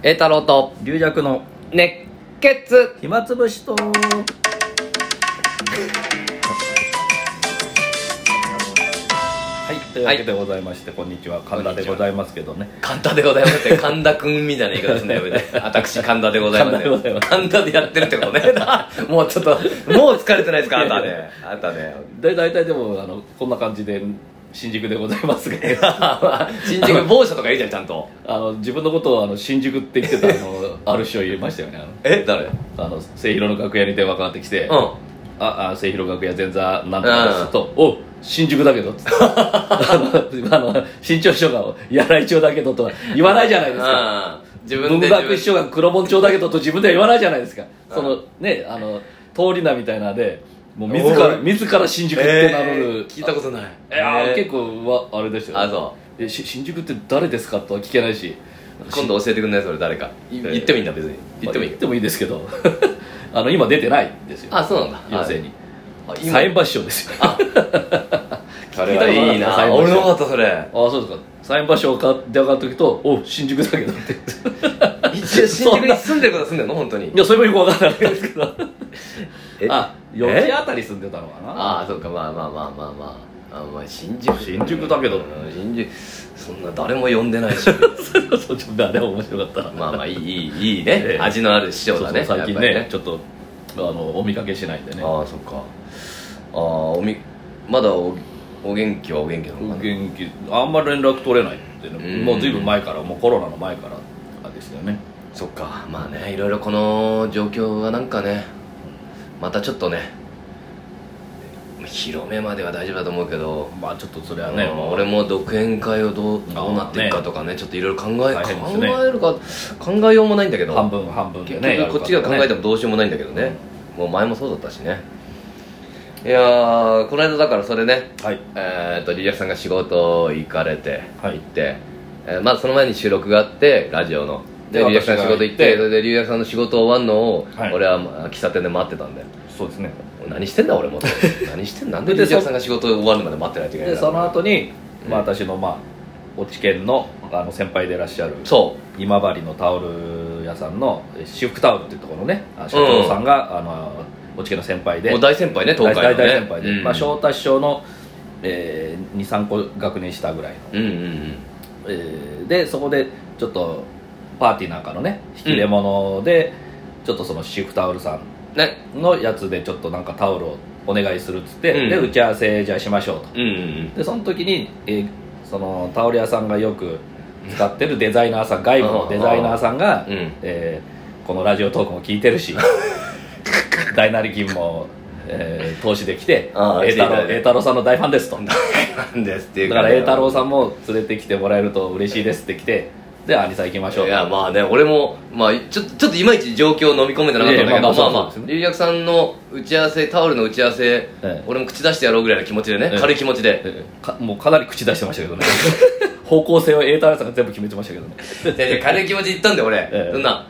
栄太郎と龍弱の熱血。 暇つぶしとはい、というわけでございまして、こんにちは、神田でございますけどね。 神田でございますって神田くんみたいな言い方すんだよね。私神田でございます。神田でやってるってことね。もうちょっともう疲れてないですか、あんたね。あんたね。 大体でもこんな感じで新宿でございますが新宿某所とかいいじゃん、ちゃんと。 自分のことを新宿って言ってたある人いましたよね。 誰？ 末広の楽屋に電話かかってきて、末広楽屋前座なんとかですと、お新宿だけどっつって新潮師匠が柳井町だけどとは言わないじゃないですか。 自分で文学師匠が黒門町だけどと自分では言わないじゃないですか。そのね、通り名みたいなでもう自ら新宿って名乗る、 聞いたことない。 いや結構あれですよ。新宿って誰ですかとは聞けないし、 今度教えてくんない？それ誰か言ってもいいんだ。別に言ってもいいですけど今出てないんですよ。 そうなんだ。 要請にサイン場師匠ですよ。 それはいいな。俺のかったそれ。 そうですか。サイン場所を電話かかってくると、お新宿だけどって一応新宿に住んでることは住んでるの本当に？ いや、それもよく分からないですけど4時あたり住んでたのかな。 そうか。まあ新宿だけど新宿そんな誰も呼んでないしそう誰も面白かったまあいいね。味のある師匠だね。 最近ねちょっとお見かけしないんでね。 そっか。まだお元気はお元気なのかな。 お元気。あんまり連絡取れないってね。もうずいぶん前から、もうコロナの前からですよね。 そっか。まあね、いろいろこの状況がなんかね、またちょっとね広めまでは大丈夫だと思うけど、 ちょっとそれはね、 俺も独演会をどうなっていくかとかね、ちょっといろいろ考えるか考えようもないんだけど、 半分でね、 結局こっちが考えてもどうしようもないんだけどね。もう前もそうだったしね。いやー、この間だからそれね、リリアクさんが仕事行かれて、行って、まずその前に収録があってラジオのでリリアクさん仕事行って、それでリリアクさんの仕事終わるのを、俺は喫茶店で待ってたんだよ。 そうですね。 何してんだ俺も何してんだ。なんでリリアクさんが仕事終わるまで待ってないといけないんだ。 でその後に、私の落ち研の先輩でいらっしゃる今治のタオル屋さんの私服タオルっていうところのね社長さんが、落ち研の先輩で、 もう大先輩ね、東海のね、 大先輩で、翔太師匠の、23個学年下ぐらいの、でそこでちょっとパーティーなんかのね引き出物で、ちょっとその私服タオルさんのやつでちょっとなんかタオルをお願いするっつって、で打ち合わせじゃあしましょうと、でその時に、そのタオル屋さんがよく使ってるデザイナーさん、外部のデザイナーさんが、このラジオトークも聞いてるし大なり金も、投資できて、栄太郎さんの大ファンですとだから栄太郎さんも連れてきてもらえると嬉しいですって来て、でアニサ行きましょうと。 いやまあね、俺も、ちょっといまいち状況を飲み込めてなかったんだけど、リリアクさんの打ち合わせ、タオルの打ち合わせ、俺も口出してやろうぐらいの気持ちでね、軽い気持ちで、 もうかなり口出してましたけどね方向性を栄太郎さんが全部決めてましたけどね軽い気持ちで言ったんだよ俺、そんな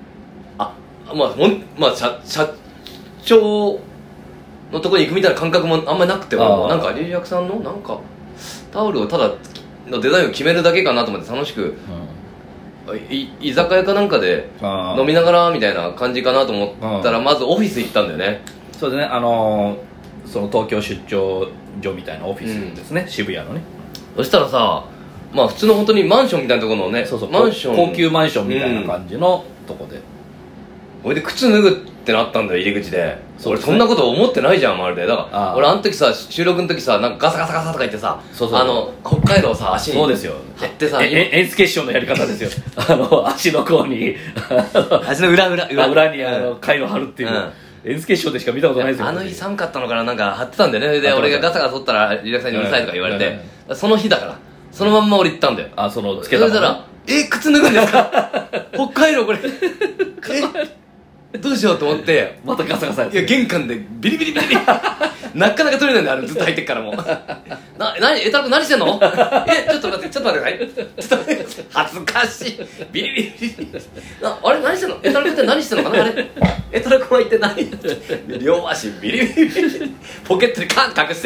社長のところに行くみたいな感覚もあんまりなくて、なんかリリアクさんのなんかタオルをただのデザインを決めるだけかなと思って楽しく、居酒屋かなんかで飲みながらみたいな感じかなと思ったら、まずオフィス行ったんだよね。 そうですね、その東京出張所みたいなオフィスですね、渋谷のね。 そしたらさ、普通の本当にマンションみたいなところのね、マンション、 高級マンションみたいな感じのとこで、 それで靴脱ぐってなったんだよ、入り口で。俺そんなこと思ってないじゃん、まるで。だから俺あの時さ、収録の時さ、なんかガサガサガサとか言ってさ、北海道さ、足に貼ってさ、 円助師匠のやり方ですよ足の甲に足の裏に回路貼るっていう、円助師匠でしか見たことないですよ。 あの日寒かったのかな、なんか貼ってたんだよね。で俺がガサガサ取ったらリラクさんにうるさいとか言われて、その日だからそのまんま俺行ったんだよ。 そのつけたのね。 そしたら靴脱ぐんですか北海道これどうしようと思って、 またガサガサ玄関でビリビリビリなかなか取れないんだよ、ずっと入ってっからもう何エタロ君何してんのちょっと待ってください。恥ずかしい。ビリビリビリ。あれ何してんのエタロ君って何してんのかなあれエタロ君は一体何両足ビリビリビリ。ポケットにカンって隠して。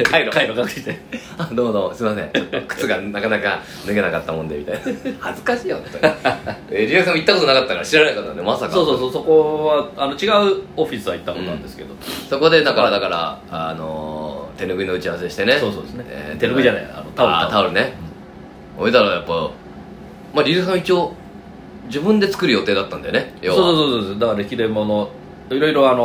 カイロ隠して。 どうも、すいません。靴がなかなか脱げなかったもんで、みたいな。恥ずかしいよ、本当に。リアさんも行ったことなかったから知らなかったんで、まさか。 そう、そこは、違うオフィスは行ったことなんですけど。 そこで、だから、手拭いの打ち合わせしてね。 そうですね。手拭いじゃない、 タオルね。おいだらやっぱ、まあ、リリーさん一応、自分で作る予定だったんだよね。 そう。だから、切れ物、いろいろ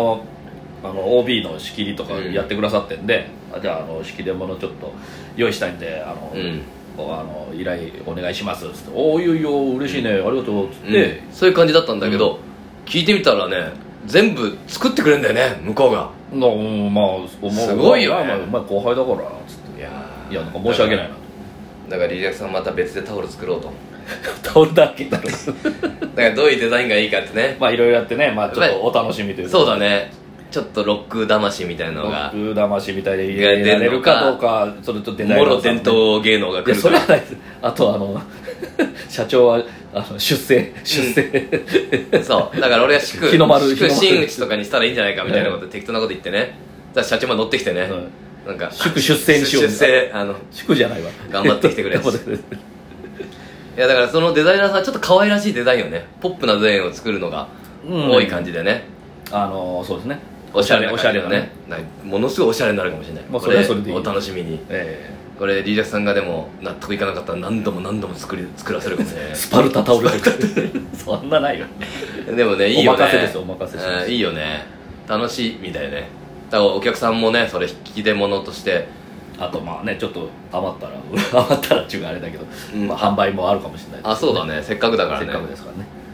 OB の仕切りとかやってくださってんで、じゃあ、仕切り物ちょっと用意したいんで、依頼お願いしますっつって、おお、いいよ、嬉しいね、ありがとうっつって、 そういう感じだったんだけど、聞いてみたらね、全部作ってくれるんだよね、向こうが。 まあ、 すごいよね。 まあ、後輩だからなっつって、いや、なんか申し訳ないなと。 だからリリアさんまた別でタオル作ろうと。 タオルだらけだろ。だからどういうデザインがいいかってね、 まあいろいろやってね、まあちょっとお楽しみというか。 そうだね、ちょっとロック魂みたいなのが、 ロック魂みたいで入れられるかどうか、それと出ないもろ伝統芸能が来るか。 それはないです。あと社長は出世、 そうだから俺は祝真打ちとかにしたらいいんじゃないかみたいなこと適当なこと言ってね、社長も乗ってきてね、なんか祝出世にしよう。祝じゃないわ、 頑張ってきてくれ。いやだからそのデザイナーさんちょっと可愛らしいデザインをね、ポップなデザインを作るのが多い感じでね、 そうですね、 おしゃれなね、ものすごいおしゃれになるかもしれない。 それはそれでいい。 お楽しみに。これリージャクさんがでも納得いかなかったら何度も作らせるかもね。 スパルタタオルそんなないよ。 でもね、いいよね。 お任せです、お任せします。 いいよね、楽しいみたいね。だからお客さんもね、それ引き出物として、 あとまあね、ちょっと余ったらっていうかあれだけど、販売もあるかもしれないですね。 そうだね、せっかくだからね。 せっかくです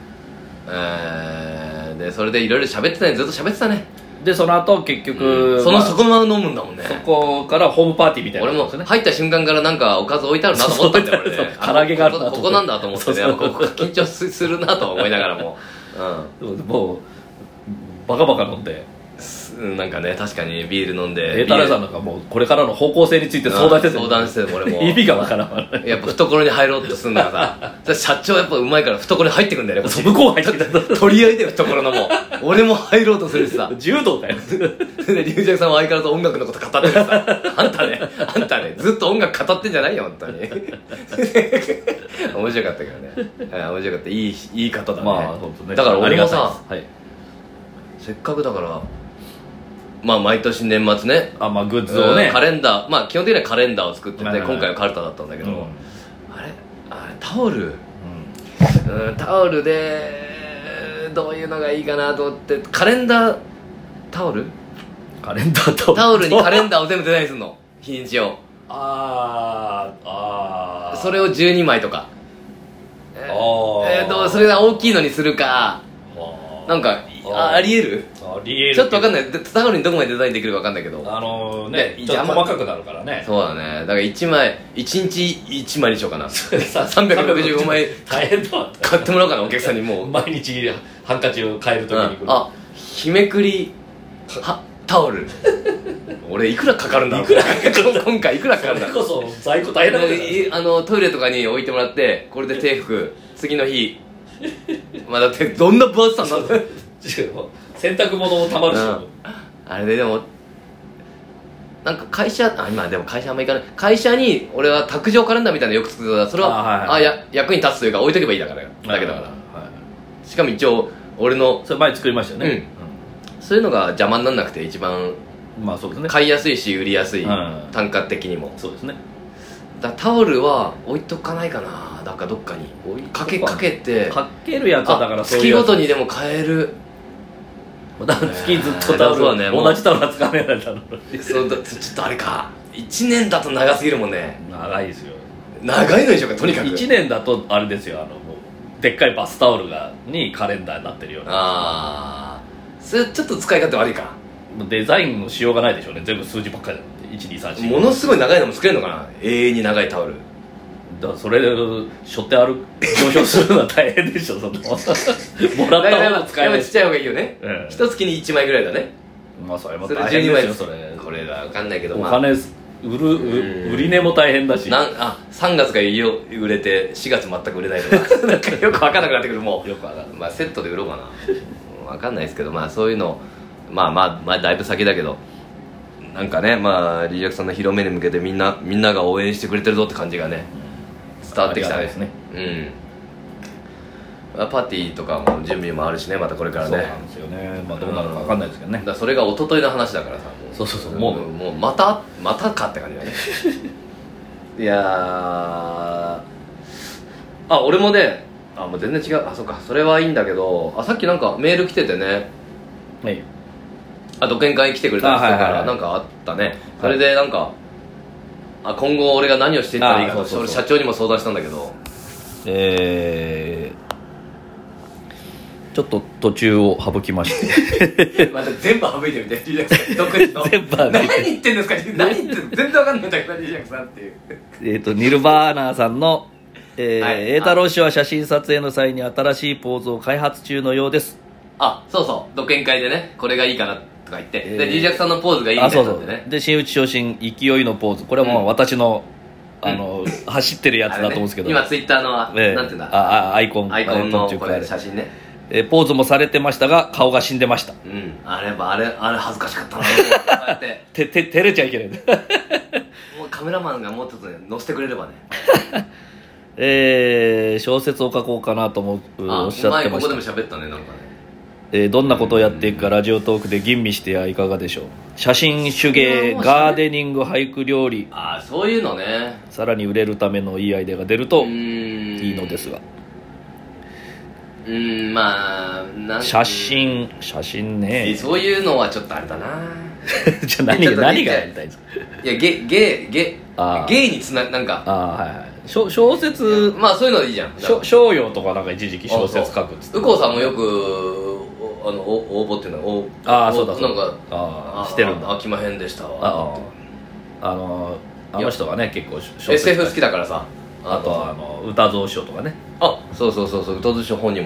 からね。 でそれでいろいろ喋ってたね、ずっと喋ってたね。 でその後結局、 そこまま飲むんだもんね。 そこからホームパーティーみたいな、 俺も入った瞬間からなんかおかず置いてあるなと思ったんだよ俺ね。 唐揚げがあるなとここなんだと思ってね、ここ緊張するなと思いながらも、 もうバカバカ飲んで、 なんかね、確かにビール飲んで、 タラさんなんかもうこれからの方向性について相談してて、 俺も意味がわからん。 やっぱ懐に入ろうとするのがさ、社長やっぱうまいから懐に入ってくんだよね。 向こう入ってきた、 取り合いで懐のも俺も入ろうとするしさ、 柔道だよ。 でリュウジャクさんは相変わらず音楽のこと語ってるさ、あんたねずっと音楽語ってんじゃないよ本当に。面白かったけどね、面白かった。いい方だね。だから俺もさ、せっかくだからまあ毎年年末ね、 まあグッズをね、 カレンダー、まあ基本的にはカレンダーを作ってて、今回はカルタだったんだけど、あれタオル、タオルでどういうのがいいかなと思って、カレンダータオルタオルにカレンダーを全部デザインするの、日にちを。それを12枚とか、それが大きいのにするか、なんかありえる？ちょっと分かんない。タオルにどこまでデザインできるか分かんないけど、 ちょっと細かくなるからね。 そうだね。だから1日1枚にしようかな。365枚大変だ。 買ってもらおうかな、お客さんに。もう毎日ハンカチを買えるときに来る。 日めくりタオル俺いくらかかるんだろう。今回いくらかかるんだろう。 それこそ在庫大変だからトイレとかに置いてもらって、これで手拭く、次の日だってどんな分厚さなんだろう。 洗濯物もたまるし、 あれでもなんか会社今でも会社あんま行かない。会社に俺は卓上カレンダーみたいなのよく作ってた。それは役に立つというか置いとけばいいだけだから、しかも一応俺のそれ前作りましたよね。 そういうのが邪魔にならなくて一番そうですね、 買いやすいし売りやすい、単価的にも。 そうですね。 タオルは置いとかないかな。だからどっかにかけてかけるやつはだから月ごとにでも買える。 月ずっとタオルはね、同じタオルは使わないんだろう。 ちょっとあれか、1年だと長すぎるもんね。 長いですよ。 長いのでしょうか、とにかく。 1年だとあれですよ、もうでっかいバスタオルにカレンダーになってるような。それちょっと使い勝手悪いか。 デザインのしようがないでしょうね。全部数字ばっかりだって、1234。 ものすごい長いのも作れるのかな、永遠に長いタオル。 だからそれで背負って上昇するのは大変でしょ。もらった方が使えない。 ちっちゃい方がいいよね。一月に1枚ぐらいだね。 それも大変ですよ。それこれが分かんないけど、 お金売り値も大変だし、 3月が売れて4月全く売れないとかなんかよく分かんなくなってくる。もうよく分かんない、 まあ、セットで売ろうかな分かんないですけど、まあそういうのまあだいぶ先だけど、なんかね、まあリージャクさんの広めに向けてみんなが応援してくれてるぞって感じがね伝わってきたね。 ですね。 パーティーとかも準備もあるしね、またこれからね。 そうなんですよね。まあどうなるか分かんないですけどね。 だからそれが一昨日の話だからさ、 そうもうまたかって感じだねいや俺もねもう全然違う。そうか、それはいいんだけど、さっきなんかメール来ててね、 はい、 独演会来てくれた人からなんかあったね。それでなんか今後俺が何をしていったらいいかと、俺社長にも相談したんだけど、 ちょっと途中を省きましてまた全部省いてみて、リージャクさん独自の全部何言ってんですか、何言ってんの、全然わかんないんだけどリージャクさんっていう。 ニルバーナーさんのはい栄太郎氏は写真撮影の際に新しいポーズを開発中のようです。 そうそう、独演会でねこれがいいかなとか言って、でリージャクさんのポーズがいいみたいなんでね。 で真打ち昇進勢いのポーズ、これはもう私の、走ってるやつだと思うんですけど、 今ツイッターの、なんていうんだ、 アイコンのこれ写真ね、 ポーズもされてましたが顔が死んでました。 あれ恥ずかしかったなこうやって照れちゃいけないもうカメラマンがもうちょっとね載せてくれればね小説を書こうかなとおっしゃってました。 ここでも喋ったね、なんかね。 どんなことをやっていくかラジオトークで吟味してはいかがでしょう。写真手芸、ガーデニング、俳句、料理、 そういうのね、 さらに売れるためのいいアイデアが出るといいのですが、 まあ写真ねそういうのはちょっとあれだなじゃあ何がやりたいんですか。 いやゲイになんか小説、 まあそういうのいいじゃん。 商用とかなんか一時期小説書くっつって、 右近さんもよく応募っていうのはそうだなんかしてるんだ。 飽きまへんでしたわ。 あの人がね結構 SF 好きだからさ。 あと歌蔵賞とかね。 そう歌蔵賞本人